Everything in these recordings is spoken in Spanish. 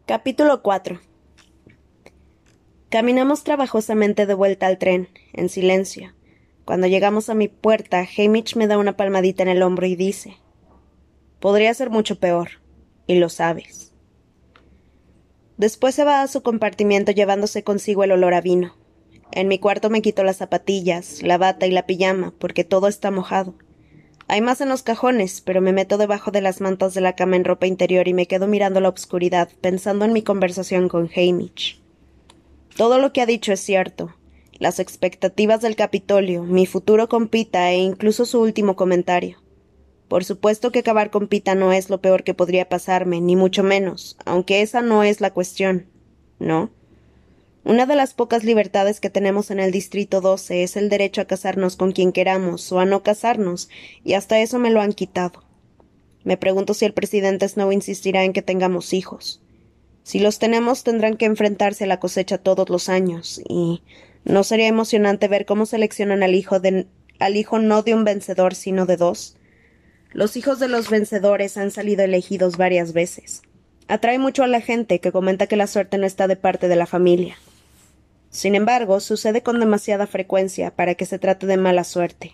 Capítulo 4. Caminamos trabajosamente de vuelta al tren, en silencio. Cuando llegamos a mi puerta, Hamish me da una palmadita en el hombro y dice: «Podría ser mucho peor, y lo sabes». Después se va a su compartimiento llevándose consigo el olor a vino. En mi cuarto me quito las zapatillas, la bata y la pijama, porque todo está mojado. Hay más en los cajones, pero me meto debajo de las mantas de la cama en ropa interior y me quedo mirando la oscuridad, pensando en mi conversación con Hamish. Todo lo que ha dicho es cierto. Las expectativas del Capitolio, mi futuro con Pita e incluso su último comentario. Por supuesto que acabar con Pita no es lo peor que podría pasarme, ni mucho menos, aunque esa no es la cuestión, ¿no? Una de las pocas libertades que tenemos en el Distrito 12 es el derecho a casarnos con quien queramos o a no casarnos, y hasta eso me lo han quitado. Me pregunto si el presidente Snow insistirá en que tengamos hijos. Si los tenemos, tendrán que enfrentarse a la cosecha todos los años, y ¿no sería emocionante ver cómo seleccionan al hijo no de un vencedor, sino de dos? Los hijos de los vencedores han salido elegidos varias veces. Atrae mucho a la gente, que comenta que la suerte no está de parte de la familia. Sin embargo, sucede con demasiada frecuencia para que se trate de mala suerte.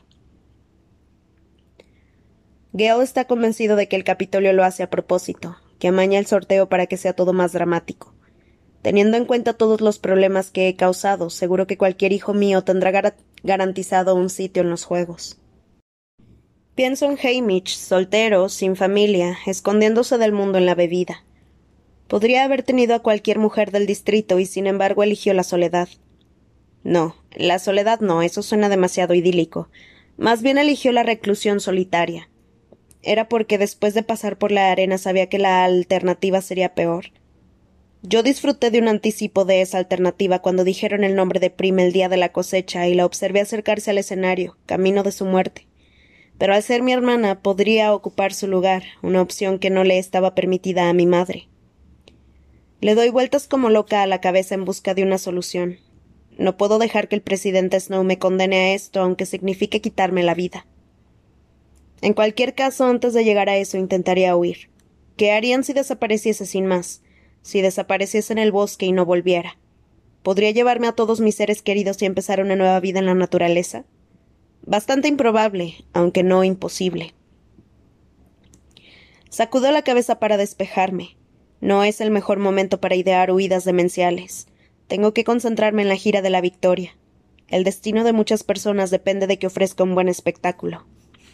Gale está convencido de que el Capitolio lo hace a propósito, que amaña el sorteo para que sea todo más dramático. Teniendo en cuenta todos los problemas que he causado, seguro que cualquier hijo mío tendrá garantizado un sitio en los juegos. Pienso en Hamish, soltero, sin familia, escondiéndose del mundo en la bebida. Podría haber tenido a cualquier mujer del distrito y sin embargo eligió la soledad. No, la soledad no, eso suena demasiado idílico. Más bien eligió la reclusión solitaria. Era porque después de pasar por la arena sabía que la alternativa sería peor. Yo disfruté de un anticipo de esa alternativa cuando dijeron el nombre de Prim el día de la cosecha y la observé acercarse al escenario, camino de su muerte. Pero al ser mi hermana podría ocupar su lugar, una opción que no le estaba permitida a mi madre. Le doy vueltas como loca a la cabeza en busca de una solución. No puedo dejar que el presidente Snow me condene a esto, aunque signifique quitarme la vida. En cualquier caso, antes de llegar a eso, intentaría huir. ¿Qué harían si desapareciese sin más? Si desapareciese en el bosque y no volviera. ¿Podría llevarme a todos mis seres queridos y empezar una nueva vida en la naturaleza? Bastante improbable, aunque no imposible. Sacudo la cabeza para despejarme. No es el mejor momento para idear huidas demenciales. Tengo que concentrarme en la gira de la victoria. El destino de muchas personas depende de que ofrezca un buen espectáculo.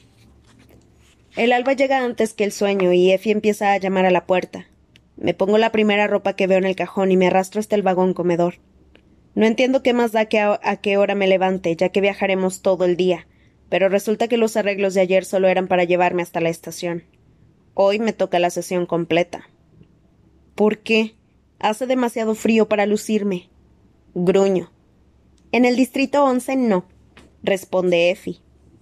El alba llega antes que el sueño y Effie empieza a llamar a la puerta. Me pongo la primera ropa que veo en el cajón y me arrastro hasta el vagón comedor. No entiendo qué más da a qué hora me levante, ya que viajaremos todo el día, pero resulta que los arreglos de ayer solo eran para llevarme hasta la estación. Hoy me toca la sesión completa. ¿Por qué? Hace demasiado frío para lucirme. Gruño. En el Distrito 11 no, responde Effie.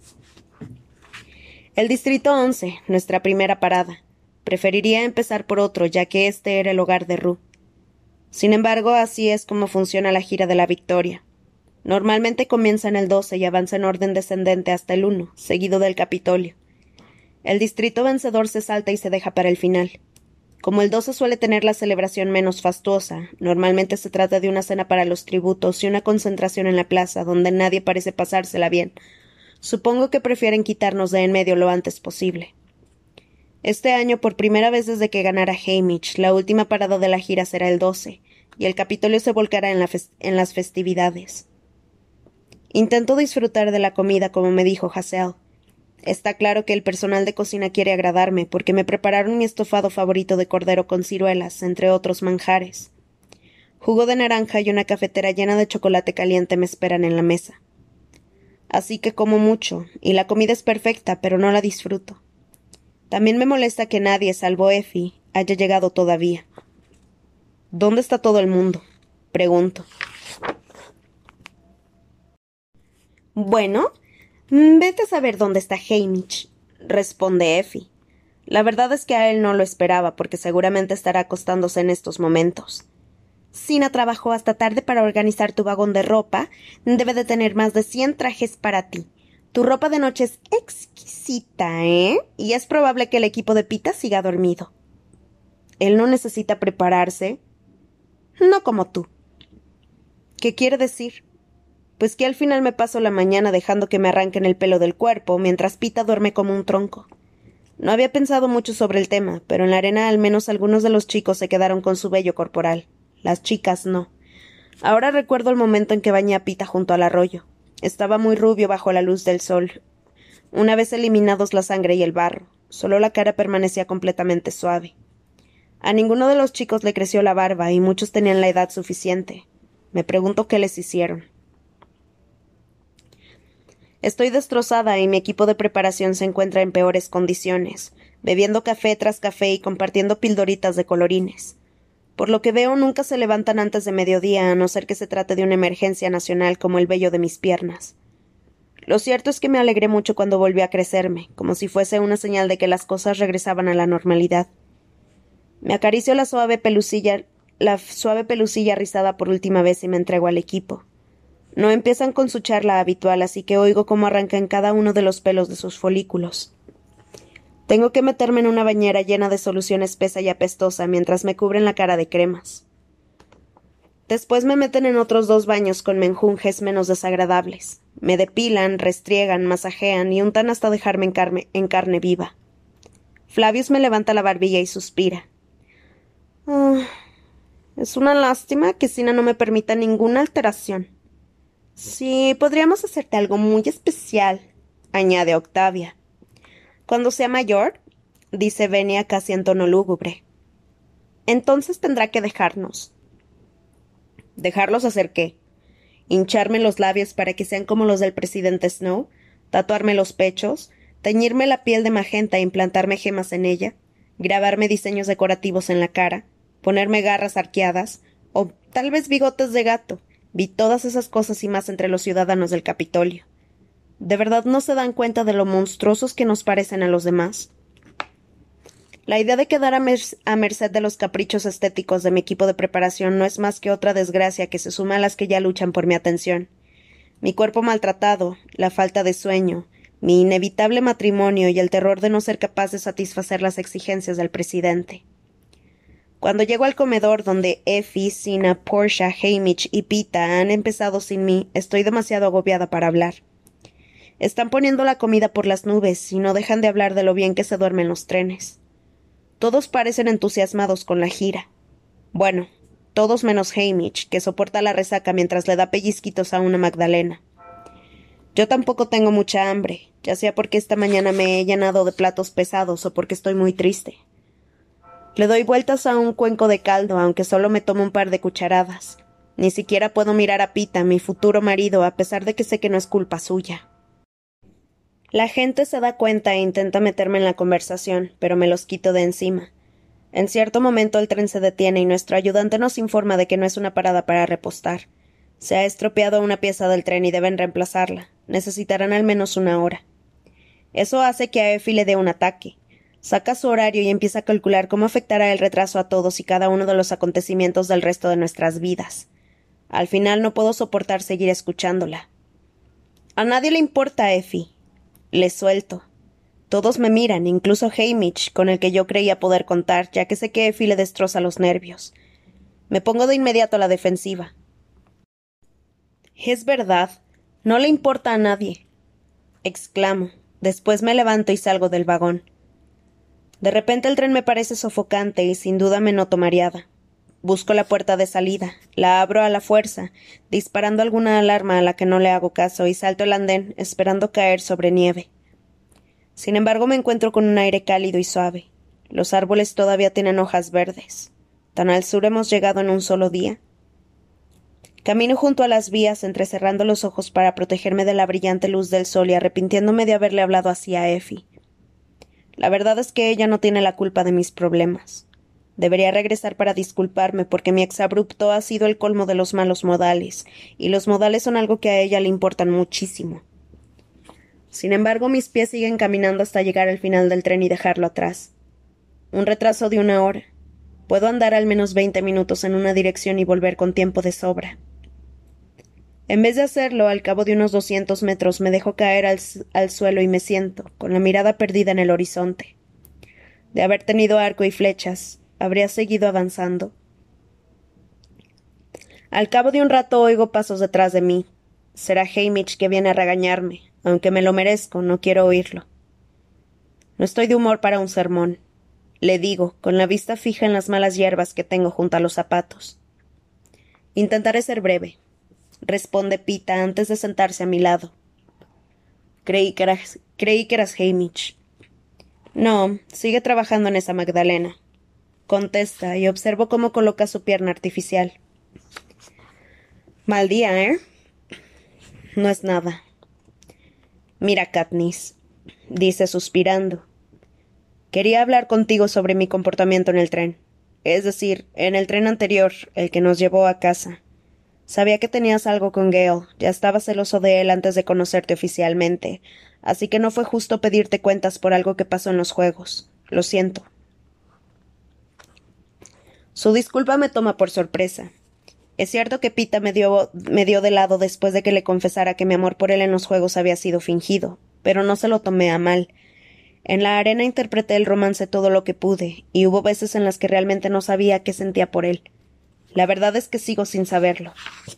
El Distrito 11, nuestra primera parada. Preferiría empezar por otro, ya que este era el hogar de Rue. Sin embargo, así es como funciona la gira de la victoria. Normalmente comienza en el 12 y avanza en orden descendente hasta el 1, seguido del Capitolio. El distrito vencedor se salta y se deja para el final. Como el 12 suele tener la celebración menos fastuosa, normalmente se trata de una cena para los tributos y una concentración en la plaza donde nadie parece pasársela bien. Supongo que prefieren quitarnos de en medio lo antes posible. Este año, por primera vez desde que ganara Hamish, la última parada de la gira será el 12, y el Capitolio se volcará en las festividades. Intento disfrutar de la comida como me dijo Hazel. Está claro que el personal de cocina quiere agradarme, porque me prepararon mi estofado favorito de cordero con ciruelas, entre otros manjares. Jugo de naranja y una cafetera llena de chocolate caliente me esperan en la mesa. Así que como mucho, y la comida es perfecta, pero no la disfruto. También me molesta que nadie, salvo Effie, haya llegado todavía. ¿Dónde está todo el mundo?, pregunto. Bueno, vete a saber dónde está Hamish, responde Effie. La verdad es que a él no lo esperaba, porque seguramente estará acostándose en estos momentos. Sina trabajó hasta tarde para organizar tu vagón de ropa. Debe de tener más de 100 trajes para ti. Tu ropa de noche es exquisita, ¿eh? Y es probable que el equipo de Pita siga dormido. Él no necesita prepararse, No como tú. ¿Qué quiere decir? Pues que al final me paso la mañana dejando que me arranquen el pelo del cuerpo, mientras Pita duerme como un tronco. No había pensado mucho sobre el tema, pero en la arena al menos algunos de los chicos se quedaron con su vello corporal. Las chicas no. Ahora recuerdo el momento en que bañé a Pita junto al arroyo. Estaba muy rubio bajo la luz del sol. Una vez eliminados la sangre y el barro, solo la cara permanecía completamente suave. A ninguno de los chicos le creció la barba y muchos tenían la edad suficiente. Me pregunto qué les hicieron. Estoy destrozada y mi equipo de preparación se encuentra en peores condiciones, bebiendo café tras café y compartiendo pildoritas de colorines. Por lo que veo, nunca se levantan antes de mediodía, a no ser que se trate de una emergencia nacional como el vello de mis piernas. Lo cierto es que me alegré mucho cuando volví a crecerme, como si fuese una señal de que las cosas regresaban a la normalidad. Me acaricio la suave pelusilla rizada por última vez y me entrego al equipo. No empiezan con su charla habitual, así que oigo cómo arrancan cada uno de los pelos de sus folículos. Tengo que meterme en una bañera llena de solución espesa y apestosa mientras me cubren la cara de cremas. Después me meten en otros 2 baños con menjunjes menos desagradables. Me depilan, restriegan, masajean y untan hasta dejarme en carne viva. Flavius me levanta la barbilla y suspira. Es una lástima que Sina no me permita ninguna alteración. Sí, podríamos hacerte algo muy especial, añade Octavia. Cuando sea mayor, dice Venia casi en tono lúgubre. Entonces tendrá que dejarnos. ¿Dejarlos hacer qué? ¿Hincharme los labios para que sean como los del presidente Snow? ¿Tatuarme los pechos? ¿Teñirme la piel de magenta e implantarme gemas en ella? ¿Grabarme diseños decorativos en la cara? ¿Ponerme garras arqueadas? ¿O tal vez bigotes de gato? Vi todas esas cosas y más entre los ciudadanos del Capitolio. ¿De verdad no se dan cuenta de lo monstruosos que nos parecen a los demás? La idea de quedar a merced de los caprichos estéticos de mi equipo de preparación no es más que otra desgracia que se suma a las que ya luchan por mi atención. Mi cuerpo maltratado, la falta de sueño, mi inevitable matrimonio y el terror de no ser capaz de satisfacer las exigencias del presidente. Cuando llego al comedor donde Effie, Sina, Portia, Hamish y Pita han empezado sin mí, estoy demasiado agobiada para hablar. Están poniendo la comida por las nubes y no dejan de hablar de lo bien que se duermen los trenes. Todos parecen entusiasmados con la gira. Bueno, todos menos Hamish, que soporta la resaca mientras le da pellizquitos a una Magdalena. Yo tampoco tengo mucha hambre, ya sea porque esta mañana me he llenado de platos pesados o porque estoy muy triste. Le doy vueltas a un cuenco de caldo, aunque solo me tomo un par de cucharadas. Ni siquiera puedo mirar a Pita, mi futuro marido, a pesar de que sé que no es culpa suya. La gente se da cuenta e intenta meterme en la conversación, pero me los quito de encima. En cierto momento el tren se detiene y nuestro ayudante nos informa de que no es una parada para repostar. Se ha estropeado una pieza del tren y deben reemplazarla. Necesitarán al menos 1 hora. Eso hace que a Effie le dé un ataque. Saca su horario y empieza a calcular cómo afectará el retraso a todos y cada uno de los acontecimientos del resto de nuestras vidas. Al final no puedo soportar seguir escuchándola. A nadie le importa, Effie. Le suelto. Todos me miran, incluso Hamish, con el que yo creía poder contar, ya que sé que Effie le destroza los nervios. Me pongo de inmediato a la defensiva. Es verdad. No le importa a nadie. Exclamo. Después me levanto y salgo del vagón. De repente el tren me parece sofocante y sin duda me noto mareada. Busco la puerta de salida, la abro a la fuerza, disparando alguna alarma a la que no le hago caso y salto el andén, esperando caer sobre nieve. Sin embargo, me encuentro con un aire cálido y suave. Los árboles todavía tienen hojas verdes. ¿Tan al sur hemos llegado en un solo día? Camino junto a las vías, entrecerrando los ojos para protegerme de la brillante luz del sol y arrepintiéndome de haberle hablado así a Effie. La verdad es que ella no tiene la culpa de mis problemas. Debería regresar para disculparme porque mi exabrupto ha sido el colmo de los malos modales, y los modales son algo que a ella le importan muchísimo. Sin embargo, mis pies siguen caminando hasta llegar al final del tren y dejarlo atrás. Un retraso de 1 hora. Puedo andar al menos 20 minutos en una dirección y volver con tiempo de sobra. En vez de hacerlo, al cabo de unos 200 metros me dejo caer al suelo y me siento, con la mirada perdida en el horizonte. De haber tenido arco y flechas, ¿habría seguido avanzando? Al cabo de un rato oigo pasos detrás de mí. Será Hamish que viene a regañarme. Aunque me lo merezco, no quiero oírlo. No estoy de humor para un sermón, le digo, con la vista fija en las malas hierbas que tengo junto a los zapatos. Intentaré ser breve, responde Pita antes de sentarse a mi lado. Creí que eras Hamish. No, sigue trabajando en esa Magdalena. Contesta y observo cómo coloca su pierna artificial. Mal día, ¿eh? No es nada. Mira, Katniss, dice suspirando. Quería hablar contigo sobre mi comportamiento en el tren. Es decir, en el tren anterior, el que nos llevó a casa. Sabía que tenías algo con Gale, ya estaba celoso de él antes de conocerte oficialmente, así que no fue justo pedirte cuentas por algo que pasó en los juegos. Lo siento. Su disculpa me toma por sorpresa. Es cierto que Pita me dio de lado después de que le confesara que mi amor por él en los juegos había sido fingido, pero no se lo tomé a mal. En la arena interpreté el romance todo lo que pude, y hubo veces en las que realmente no sabía qué sentía por él. La verdad es que sigo sin saberlo.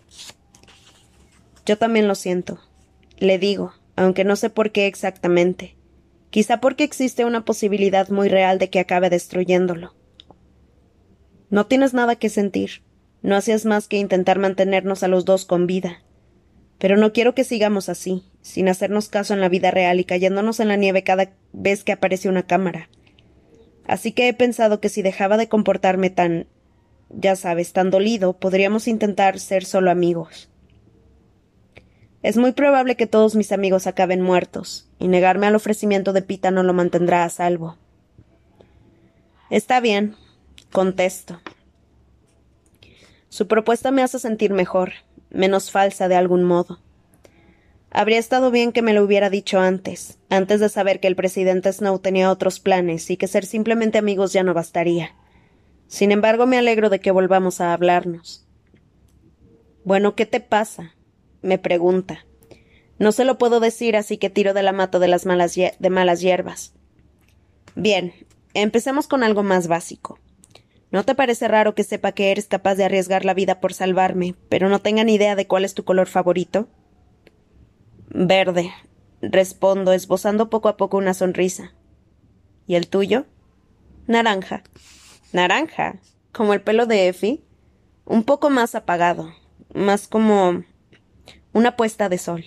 Yo también lo siento, le digo, aunque no sé por qué exactamente. Quizá porque existe una posibilidad muy real de que acabe destruyéndolo. No tienes nada que sentir. No hacías más que intentar mantenernos a los dos con vida. Pero no quiero que sigamos así, sin hacernos caso en la vida real y cayéndonos en la nieve cada vez que aparece una cámara. Así que he pensado que si dejaba de comportarme tan, ya sabes, tan dolido, podríamos intentar ser solo amigos. Es muy probable que todos mis amigos acaben muertos, y negarme al ofrecimiento de Pita no lo mantendrá a salvo. Está bien, contesto. Su propuesta me hace sentir mejor, menos falsa de algún modo. Habría estado bien que me lo hubiera dicho antes de saber que el presidente Snow tenía otros planes y que ser simplemente amigos ya no bastaría. Sin embargo, me alegro de que volvamos a hablarnos. Bueno, ¿qué te pasa? Me pregunta. No se lo puedo decir, así que tiro de la mata de las malas hierbas. Bien, empecemos con algo más básico. ¿No te parece raro que sepa que eres capaz de arriesgar la vida por salvarme, pero no tenga ni idea de cuál es tu color favorito? Verde, respondo, esbozando poco a poco una sonrisa. ¿Y el tuyo? Naranja. ¿Naranja? ¿Como el pelo de Effie? Un poco más apagado, más como una puesta de sol.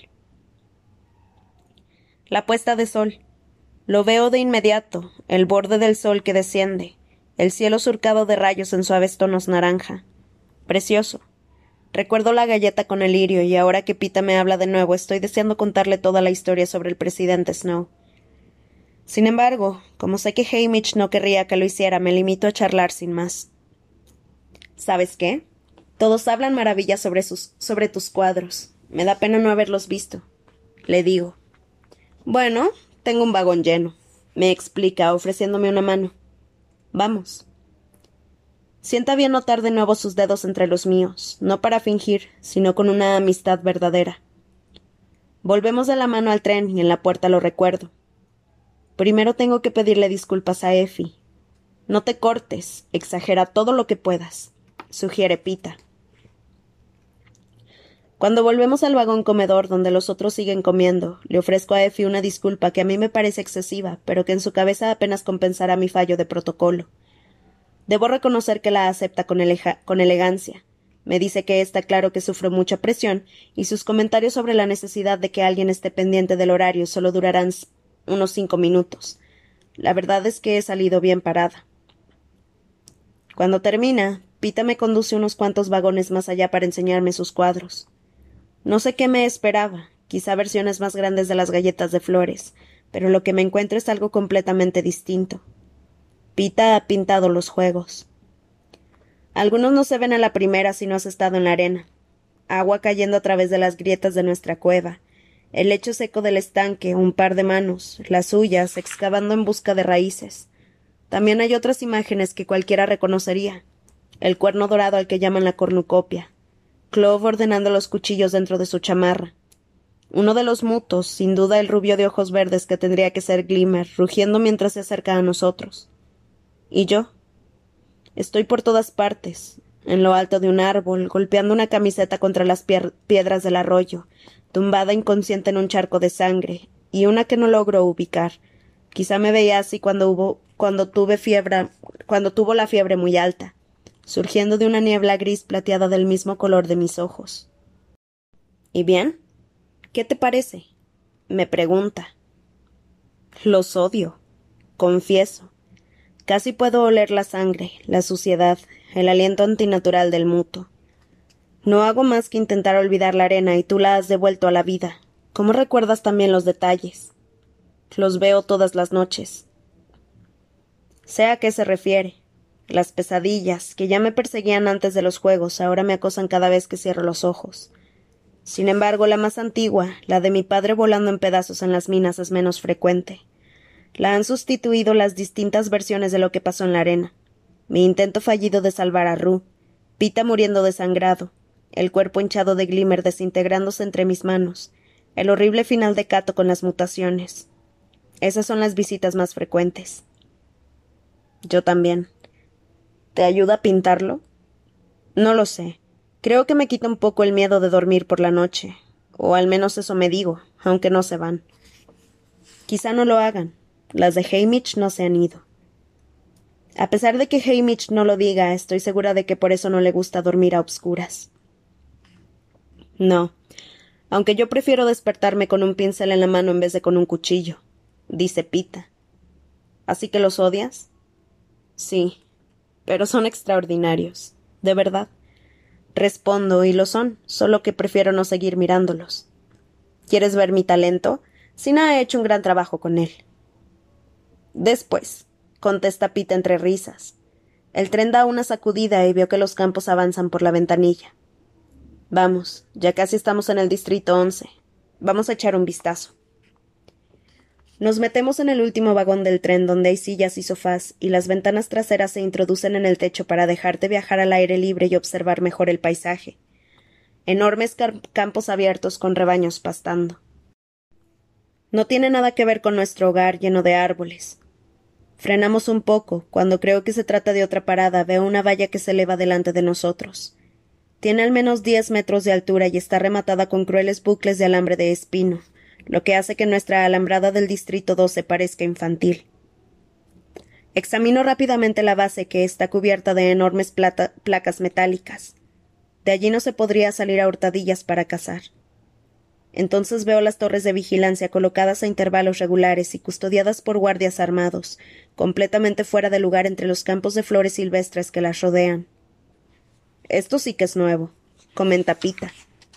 La puesta de sol. Lo veo de inmediato, el borde del sol que desciende, el cielo surcado de rayos en suaves tonos naranja. Precioso. Recuerdo la galleta con el lirio y ahora que Pita me habla de nuevo estoy deseando contarle toda la historia sobre el presidente Snow. Sin embargo, como sé que Hamish no querría que lo hiciera, me limito a charlar sin más. ¿Sabes qué? Todos hablan maravillas sobre tus cuadros. Me da pena no haberlos visto. Le digo. Bueno, tengo un vagón lleno, me explica, ofreciéndome una mano. Vamos. Sienta bien notar de nuevo sus dedos entre los míos, no para fingir, sino con una amistad verdadera. Volvemos de la mano al tren y en la puerta lo recuerdo. Primero tengo que pedirle disculpas a Effie. No te cortes, exagera todo lo que puedas, sugiere Pita. Cuando volvemos al vagón comedor donde los otros siguen comiendo, le ofrezco a Effie una disculpa que a mí me parece excesiva, pero que en su cabeza apenas compensará mi fallo de protocolo. Debo reconocer que la acepta con elegancia. Me dice que está claro que sufro mucha presión, y sus comentarios sobre la necesidad de que alguien esté pendiente del horario solo durarán unos 5 minutos. La verdad es que he salido bien parada. Cuando termina, Pita me conduce unos cuantos vagones más allá para enseñarme sus cuadros. No sé qué me esperaba, quizá versiones más grandes de las galletas de flores, pero lo que me encuentro es algo completamente distinto. Pita ha pintado los juegos. Algunos no se ven a la primera si no has estado en la arena. Agua cayendo a través de las grietas de nuestra cueva, el lecho seco del estanque, un par de manos, las suyas, excavando en busca de raíces. También hay otras imágenes que cualquiera reconocería. El cuerno dorado al que llaman la cornucopia. Clove ordenando los cuchillos dentro de su chamarra. Uno de los mutos, sin duda el rubio de ojos verdes que tendría que ser Glimmer, rugiendo mientras se acerca a nosotros. ¿Y yo? Estoy por todas partes. en lo alto de un árbol, golpeando una camiseta contra las piedras del arroyo, tumbada inconsciente en un charco de sangre, y una que no logro ubicar. Quizá me veía así cuando tuvo la fiebre muy alta, surgiendo de una niebla gris plateada del mismo color de mis ojos. ¿Y bien? ¿Qué te parece? Me pregunta. Los odio, confieso. Casi puedo oler la sangre, la suciedad, el aliento antinatural del muto. No hago más que intentar olvidar la arena y tú la has devuelto a la vida. ¿Cómo recuerdas también los detalles? Los veo todas las noches. Sé a qué se refiere. Las pesadillas, que ya me perseguían antes de los juegos, ahora me acosan cada vez que cierro los ojos. Sin embargo, la más antigua, la de mi padre volando en pedazos en las minas, es menos frecuente. La han sustituido las distintas versiones de lo que pasó en la arena. Mi intento fallido de salvar a Rue, Pita muriendo desangrado, el cuerpo hinchado de Glimmer desintegrándose entre mis manos, el horrible final de Cato con las mutaciones. Esas son las visitas más frecuentes. Yo también. ¿Te ayuda a pintarlo? No lo sé. Creo que me quita un poco el miedo de dormir por la noche. O al menos eso me digo, aunque no se van. Quizá no lo hagan. Las de Haymitch no se han ido. A pesar de que Haymitch no lo diga, estoy segura de que por eso no le gusta dormir a obscuras. No, aunque yo prefiero despertarme con un pincel en la mano en vez de con un cuchillo, dice Pita. ¿Así que los odias? Sí, pero son extraordinarios, de verdad. Respondo, y lo son, solo que prefiero no seguir mirándolos. ¿Quieres ver mi talento? Sina ha hecho un gran trabajo con él. Después, contesta Pita entre risas. El tren da una sacudida y veo que los campos avanzan por la ventanilla. Vamos, ya casi estamos en el distrito 11. Vamos a echar un vistazo. Nos metemos en el último vagón del tren donde hay sillas y sofás y las ventanas traseras se introducen en el techo para dejarte viajar al aire libre y observar mejor el paisaje. Enormes campos abiertos con rebaños pastando. No tiene nada que ver con nuestro hogar lleno de árboles. Frenamos un poco. Cuando creo que se trata de otra parada, veo una valla que se eleva delante de nosotros. Tiene al menos 10 metros de altura y está rematada con crueles bucles de alambre de espino, lo que hace que nuestra alambrada del distrito 12 parezca infantil. Examino rápidamente la base, que está cubierta de enormes placas metálicas. De allí no se podría salir a hurtadillas para cazar. Entonces veo las torres de vigilancia colocadas a intervalos regulares y custodiadas por guardias armados, completamente fuera de lugar entre los campos de flores silvestres que las rodean. Esto sí que es nuevo, comenta Pita.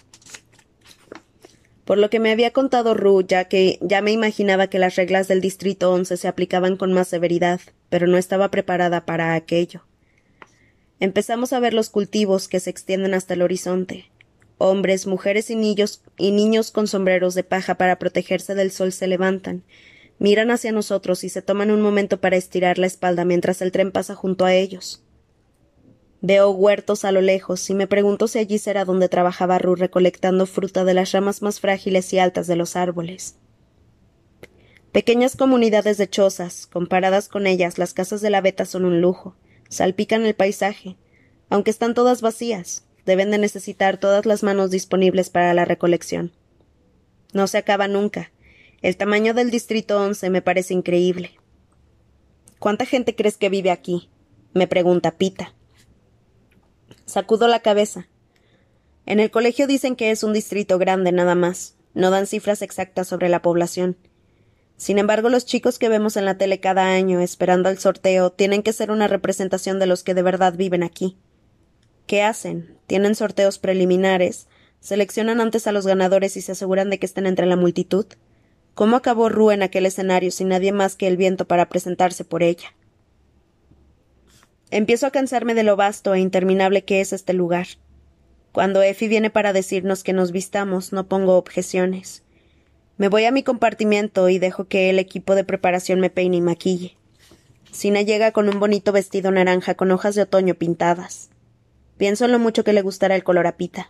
Por lo que me había contado Rue, ya me imaginaba que las reglas del Distrito 11 se aplicaban con más severidad, pero no estaba preparada para aquello. Empezamos a ver los cultivos que se extienden hasta el horizonte. Hombres, mujeres y niños con sombreros de paja para protegerse del sol se levantan, miran hacia nosotros y se toman un momento para estirar la espalda mientras el tren pasa junto a ellos. Veo huertos a lo lejos y me pregunto si allí será donde trabajaba Rue recolectando fruta de las ramas más frágiles y altas de los árboles. Pequeñas comunidades de chozas, comparadas con ellas, las casas de la veta son un lujo, salpican el paisaje, aunque están todas vacías, deben de necesitar todas las manos disponibles para la recolección. No se acaba nunca. El tamaño del distrito 11 me parece increíble. ¿Cuánta gente crees que vive aquí? Me pregunta Pita. Sacudo la cabeza. En el colegio dicen que es un distrito grande nada más. No dan cifras exactas sobre la población. Sin embargo, los chicos que vemos en la tele cada año, esperando el sorteo, tienen que ser una representación de los que de verdad viven aquí. ¿Qué hacen? Tienen sorteos preliminares, seleccionan antes a los ganadores y se aseguran de que estén entre la multitud. ¿Cómo acabó Rue en aquel escenario sin nadie más que el viento para presentarse por ella? Empiezo a cansarme de lo vasto e interminable que es este lugar. Cuando Effie viene para decirnos que nos vistamos, no pongo objeciones. Me voy a mi compartimiento y dejo que el equipo de preparación me peine y maquille. Sina llega con un bonito vestido naranja con hojas de otoño pintadas. Pienso en lo mucho que le gustará el color a Pita.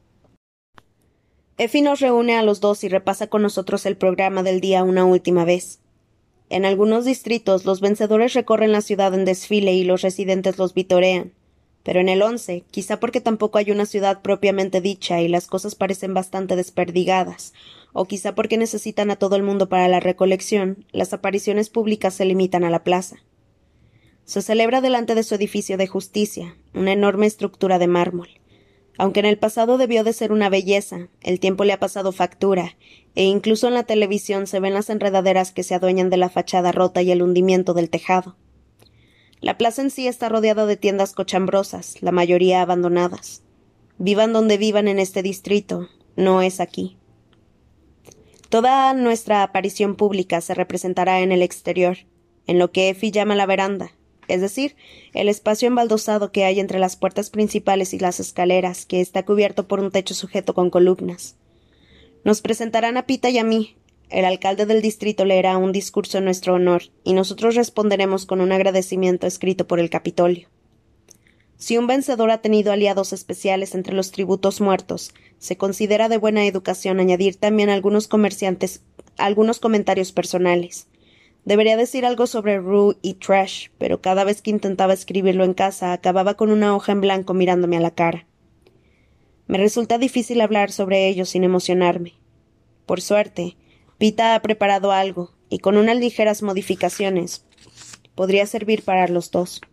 Effie nos reúne a los dos y repasa con nosotros el programa del día una última vez. En algunos distritos los vencedores recorren la ciudad en desfile y los residentes los vitorean. Pero en el 11, quizá porque tampoco hay una ciudad propiamente dicha y las cosas parecen bastante desperdigadas, o quizá porque necesitan a todo el mundo para la recolección, las apariciones públicas se limitan a la plaza. Se celebra delante de su edificio de justicia, una enorme estructura de mármol. Aunque en el pasado debió de ser una belleza, el tiempo le ha pasado factura, e incluso en la televisión se ven las enredaderas que se adueñan de la fachada rota y el hundimiento del tejado. La plaza en sí está rodeada de tiendas cochambrosas, la mayoría abandonadas. Vivan donde vivan en este distrito, no es aquí. Toda nuestra aparición pública se representará en el exterior, en lo que Effie llama la veranda, es decir, el espacio embaldosado que hay entre las puertas principales y las escaleras, que está cubierto por un techo sujeto con columnas. Nos presentarán a Pita y a mí. El alcalde del distrito leerá un discurso en nuestro honor, y nosotros responderemos con un agradecimiento escrito por el Capitolio. Si un vencedor ha tenido aliados especiales entre los tributos muertos, se considera de buena educación añadir también algunos comentarios personales. Debería decir algo sobre Rue y Trash, pero cada vez que intentaba escribirlo en casa acababa con una hoja en blanco mirándome a la cara. Me resulta difícil hablar sobre ello sin emocionarme. Por suerte, Pita ha preparado algo, y con unas ligeras modificaciones podría servir para los dos.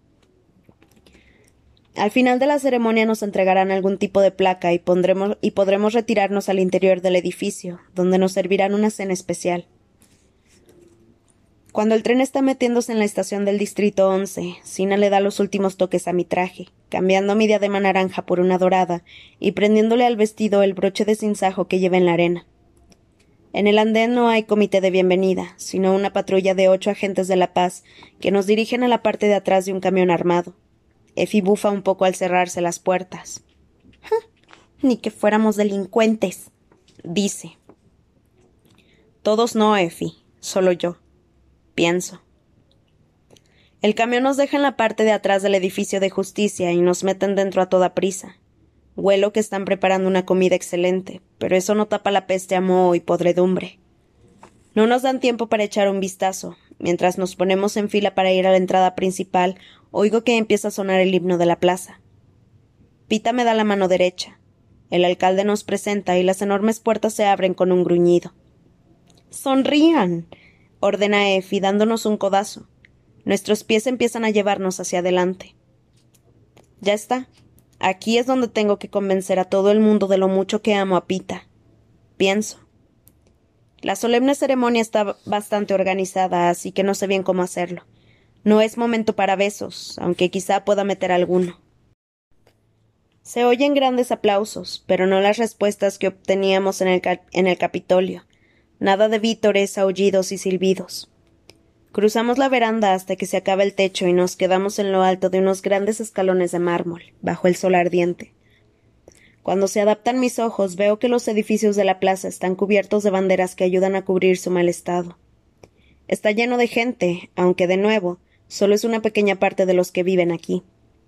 Al final de la ceremonia nos entregarán algún tipo de placa y podremos retirarnos al interior del edificio, donde nos servirán una cena especial. Cuando el tren está metiéndose en la estación del Distrito 11, Sina le da los últimos toques a mi traje, cambiando mi diadema naranja por una dorada y prendiéndole al vestido el broche de sinsajo que lleva en la arena. En el andén no hay comité de bienvenida, sino una patrulla de 8 agentes de la paz que nos dirigen a la parte de atrás de un camión armado. Effie bufa un poco al cerrarse las puertas. «Ni que fuéramos delincuentes», dice. «Todos no, Effie, solo yo», pienso. El camión nos deja en la parte de atrás del edificio de justicia y nos meten dentro a toda prisa. Huelo que están preparando una comida excelente, pero eso no tapa la peste a moho y podredumbre. No nos dan tiempo para echar un vistazo. Mientras nos ponemos en fila para ir a la entrada principal, oigo que empieza a sonar el himno de la plaza. Pita me da la mano derecha. El alcalde nos presenta y las enormes puertas se abren con un gruñido. «¡Sonrían!», ordena Effie dándonos un codazo. Nuestros pies empiezan a llevarnos hacia adelante. Ya está. Aquí es donde tengo que convencer a todo el mundo de lo mucho que amo a Pita. Pienso. La solemne ceremonia está bastante organizada, así que no sé bien cómo hacerlo. No es momento para besos, aunque quizá pueda meter alguno. Se oyen grandes aplausos, pero no las respuestas que obteníamos en el Capitolio. Nada de vítores, aullidos y silbidos. Cruzamos la veranda hasta que se acaba el techo y nos quedamos en lo alto de unos grandes escalones de mármol, bajo el sol ardiente. Cuando se adaptan mis ojos, veo que los edificios de la plaza están cubiertos de banderas que ayudan a cubrir su mal estado. Está lleno de gente, aunque, de nuevo, solo es una pequeña parte de los que viven aquí.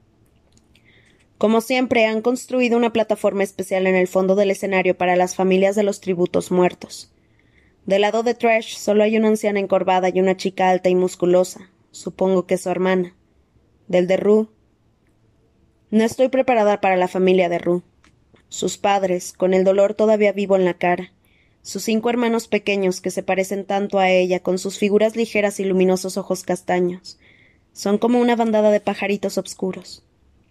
Como siempre, han construido una plataforma especial en el fondo del escenario para las familias de los tributos muertos. Del lado de Trash solo hay una anciana encorvada y una chica alta y musculosa. Supongo que es su hermana. Del de Rue. No estoy preparada para la familia de Rue. Sus padres, con el dolor todavía vivo en la cara. Sus 5 hermanos pequeños que se parecen tanto a ella, con sus figuras ligeras y luminosos ojos castaños. Son como una bandada de pajaritos obscuros.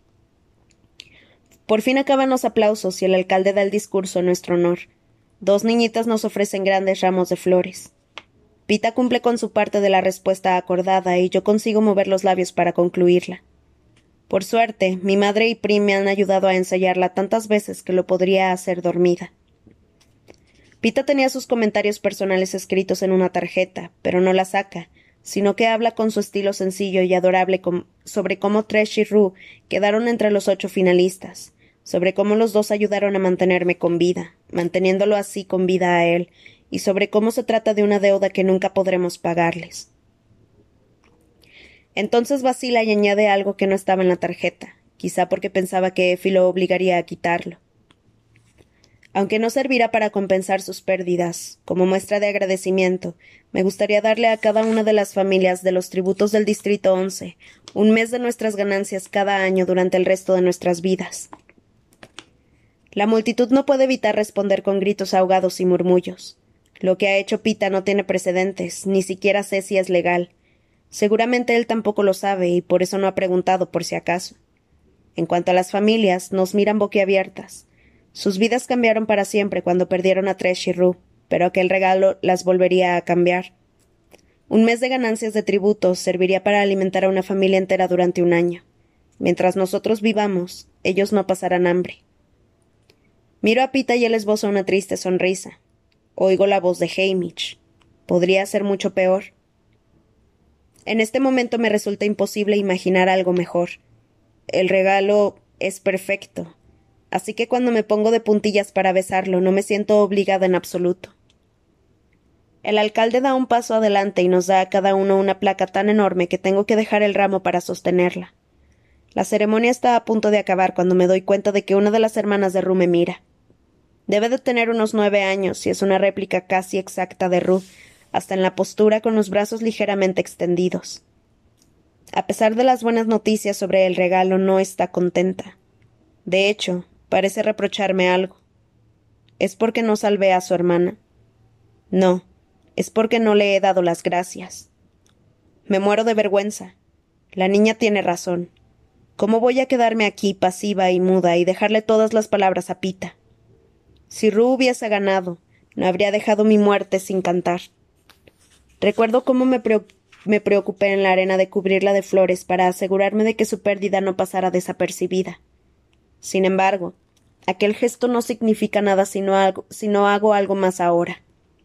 Por fin acaban los aplausos y el alcalde da el discurso en nuestro honor. 2 niñitas nos ofrecen grandes ramos de flores. Pita cumple con su parte de la respuesta acordada y yo consigo mover los labios para concluirla. Por suerte, mi madre y Prim me han ayudado a ensayarla tantas veces que lo podría hacer dormida. Pita tenía sus comentarios personales escritos en una tarjeta, pero no la saca, sino que habla con su estilo sencillo y adorable sobre cómo Trash y Rue quedaron entre los 8 finalistas, sobre cómo los dos ayudaron a mantenerme con vida, manteniéndolo así con vida a él, y sobre cómo se trata de una deuda que nunca podremos pagarles. Entonces vacila y añade algo que no estaba en la tarjeta, quizá porque pensaba que Effie lo obligaría a quitarlo. Aunque no servirá para compensar sus pérdidas, como muestra de agradecimiento, me gustaría darle a cada una de las familias de los tributos del Distrito 11 1 mes de nuestras ganancias cada año durante el resto de nuestras vidas. La multitud no puede evitar responder con gritos ahogados y murmullos. Lo que ha hecho Pita no tiene precedentes, ni siquiera sé si es legal. Seguramente él tampoco lo sabe y por eso no ha preguntado por si acaso. En cuanto a las familias, nos miran boquiabiertas. Sus vidas cambiaron para siempre cuando perdieron a Tresh y Rue, pero aquel regalo las volvería a cambiar. 1 mes de ganancias de tributos serviría para alimentar a una familia entera durante 1 año. Mientras nosotros vivamos, ellos no pasarán hambre. Miro a Pita y él esboza una triste sonrisa. Oigo la voz de Hamish. ¿Podría ser mucho peor? En este momento me resulta imposible imaginar algo mejor. El regalo es perfecto, así que cuando me pongo de puntillas para besarlo no me siento obligada en absoluto. El alcalde da un paso adelante y nos da a cada uno una placa tan enorme que tengo que dejar el ramo para sostenerla. La ceremonia está a punto de acabar cuando me doy cuenta de que una de las hermanas de Rue me mira. Debe de tener unos 9 años y es una réplica casi exacta de Rue, hasta en la postura con los brazos ligeramente extendidos. A pesar de las buenas noticias sobre el regalo, no está contenta. De hecho, parece reprocharme algo. ¿Es porque no salvé a su hermana? No, es porque no le he dado las gracias. Me muero de vergüenza. La niña tiene razón. ¿Cómo voy a quedarme aquí pasiva y muda y dejarle todas las palabras a Pita? Si Rue hubiese ganado, no habría dejado mi muerte sin cantar. Recuerdo cómo me preocupé en la arena de cubrirla de flores para asegurarme de que su pérdida no pasara desapercibida. Sin embargo, aquel gesto no significa nada si no hago algo más ahora.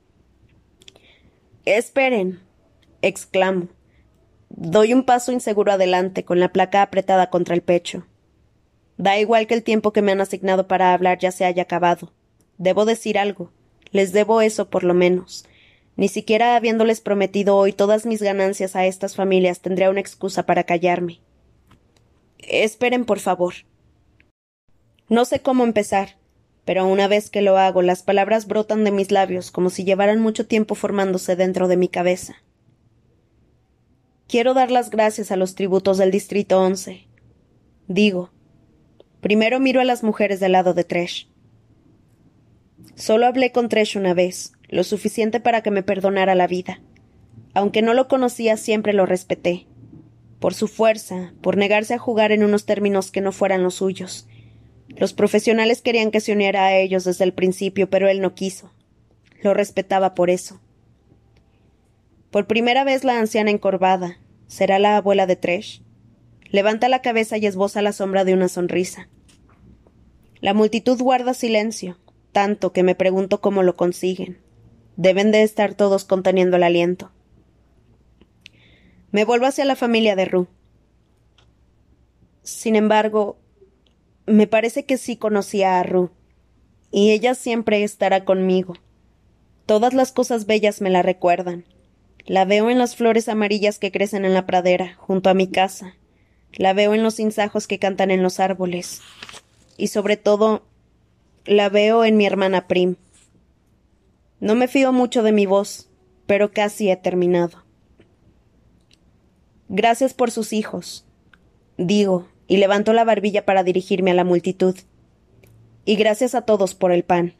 «Esperen», exclamo. Doy un paso inseguro adelante, con la placa apretada contra el pecho. Da igual que el tiempo que me han asignado para hablar ya se haya acabado. Debo decir algo. Les debo eso, por lo menos. Ni siquiera habiéndoles prometido hoy todas mis ganancias a estas familias tendría una excusa para callarme. Esperen, por favor. No sé cómo empezar, pero una vez que lo hago, las palabras brotan de mis labios como si llevaran mucho tiempo formándose dentro de mi cabeza. Quiero dar las gracias a los tributos del Distrito 11. Digo. Primero miro a las mujeres del lado de Tresh. Solo hablé con Tresh una vez, lo suficiente para que me perdonara la vida. Aunque no lo conocía, siempre lo respeté. Por su fuerza, por negarse a jugar en unos términos que no fueran los suyos. Los profesionales querían que se uniera a ellos desde el principio, pero él no quiso. Lo respetaba por eso. Por primera vez la anciana encorvada, ¿será la abuela de Tresh? Levanta la cabeza y esboza la sombra de una sonrisa. La multitud guarda silencio, tanto que me pregunto cómo lo consiguen. Deben de estar todos conteniendo el aliento. Me vuelvo hacia la familia de Rue. Sin embargo, me parece que sí conocía a Rue, y ella siempre estará conmigo. Todas las cosas bellas me la recuerdan. La veo en las flores amarillas que crecen en la pradera, junto a mi casa. La veo en los cinsajos que cantan en los árboles. Y sobre todo, la veo en mi hermana Prim. No me fío mucho de mi voz, pero casi he terminado. Gracias por sus hijos, digo, y levanto la barbilla para dirigirme a la multitud. Y gracias a todos por el pan.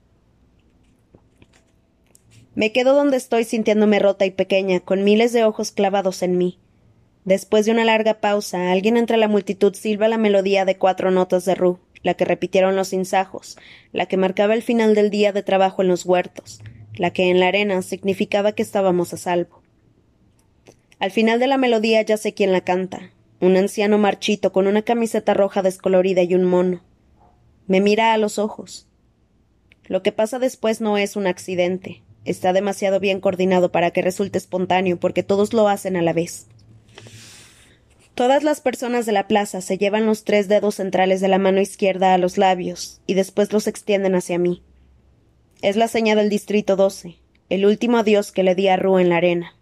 Me quedo donde estoy sintiéndome rota y pequeña, con miles de ojos clavados en mí. Después de una larga pausa, alguien entre la multitud silba la melodía de 4 notas de Rue, la que repitieron los sinsajos, la que marcaba el final del día de trabajo en los huertos, la que en la arena significaba que estábamos a salvo. Al final de la melodía ya sé quién la canta, un anciano marchito con una camiseta roja descolorida y un mono. Me mira a los ojos. Lo que pasa después no es un accidente. Está demasiado bien coordinado para que resulte espontáneo, porque todos lo hacen a la vez. Todas las personas de la plaza se llevan los 3 dedos centrales de la mano izquierda a los labios y después los extienden hacia mí. Es la seña del Distrito 12, el último adiós que le di a Rue en la arena.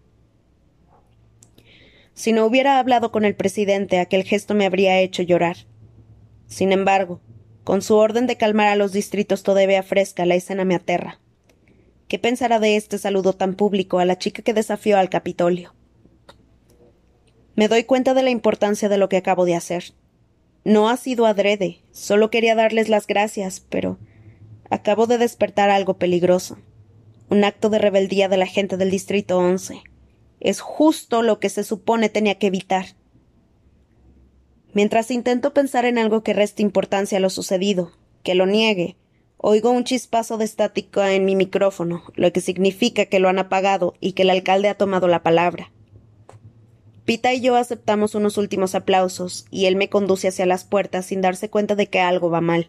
Si no hubiera hablado con el presidente, aquel gesto me habría hecho llorar. Sin embargo, con su orden de calmar a los distritos todavía fresca, la escena me aterra. ¿Qué pensará de este saludo tan público a la chica que desafió al Capitolio? Me doy cuenta de la importancia de lo que acabo de hacer. No ha sido adrede, solo quería darles las gracias, pero acabo de despertar algo peligroso. Un acto de rebeldía de la gente del Distrito 11. Es justo lo que se supone tenía que evitar. Mientras intento pensar en algo que reste importancia a lo sucedido, que lo niegue, oigo un chispazo de estática en mi micrófono, lo que significa que lo han apagado y que el alcalde ha tomado la palabra. Pita y yo aceptamos unos últimos aplausos, y él me conduce hacia las puertas sin darse cuenta de que algo va mal.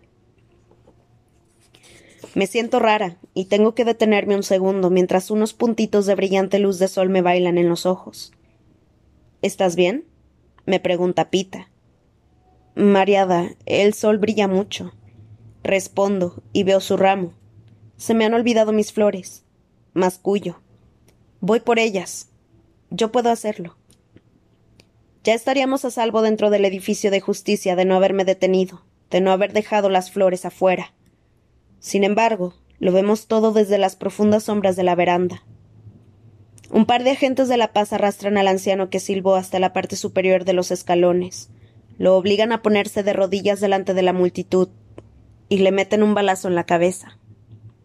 Me siento rara, y tengo que detenerme un segundo mientras unos puntitos de brillante luz de sol me bailan en los ojos. ¿Estás bien?, me pregunta Pita. Mareada, el sol brilla mucho. Respondo, y veo su ramo. Se me han olvidado mis flores. Mascullo. Voy por ellas. Yo puedo hacerlo. Ya estaríamos a salvo dentro del edificio de justicia de no haberme detenido, de no haber dejado las flores afuera. Sin embargo, lo vemos todo desde las profundas sombras de la veranda. Un par de agentes de la paz arrastran al anciano que silbó hasta la parte superior de los escalones. Lo obligan a ponerse de rodillas delante de la multitud y le meten un balazo en la cabeza.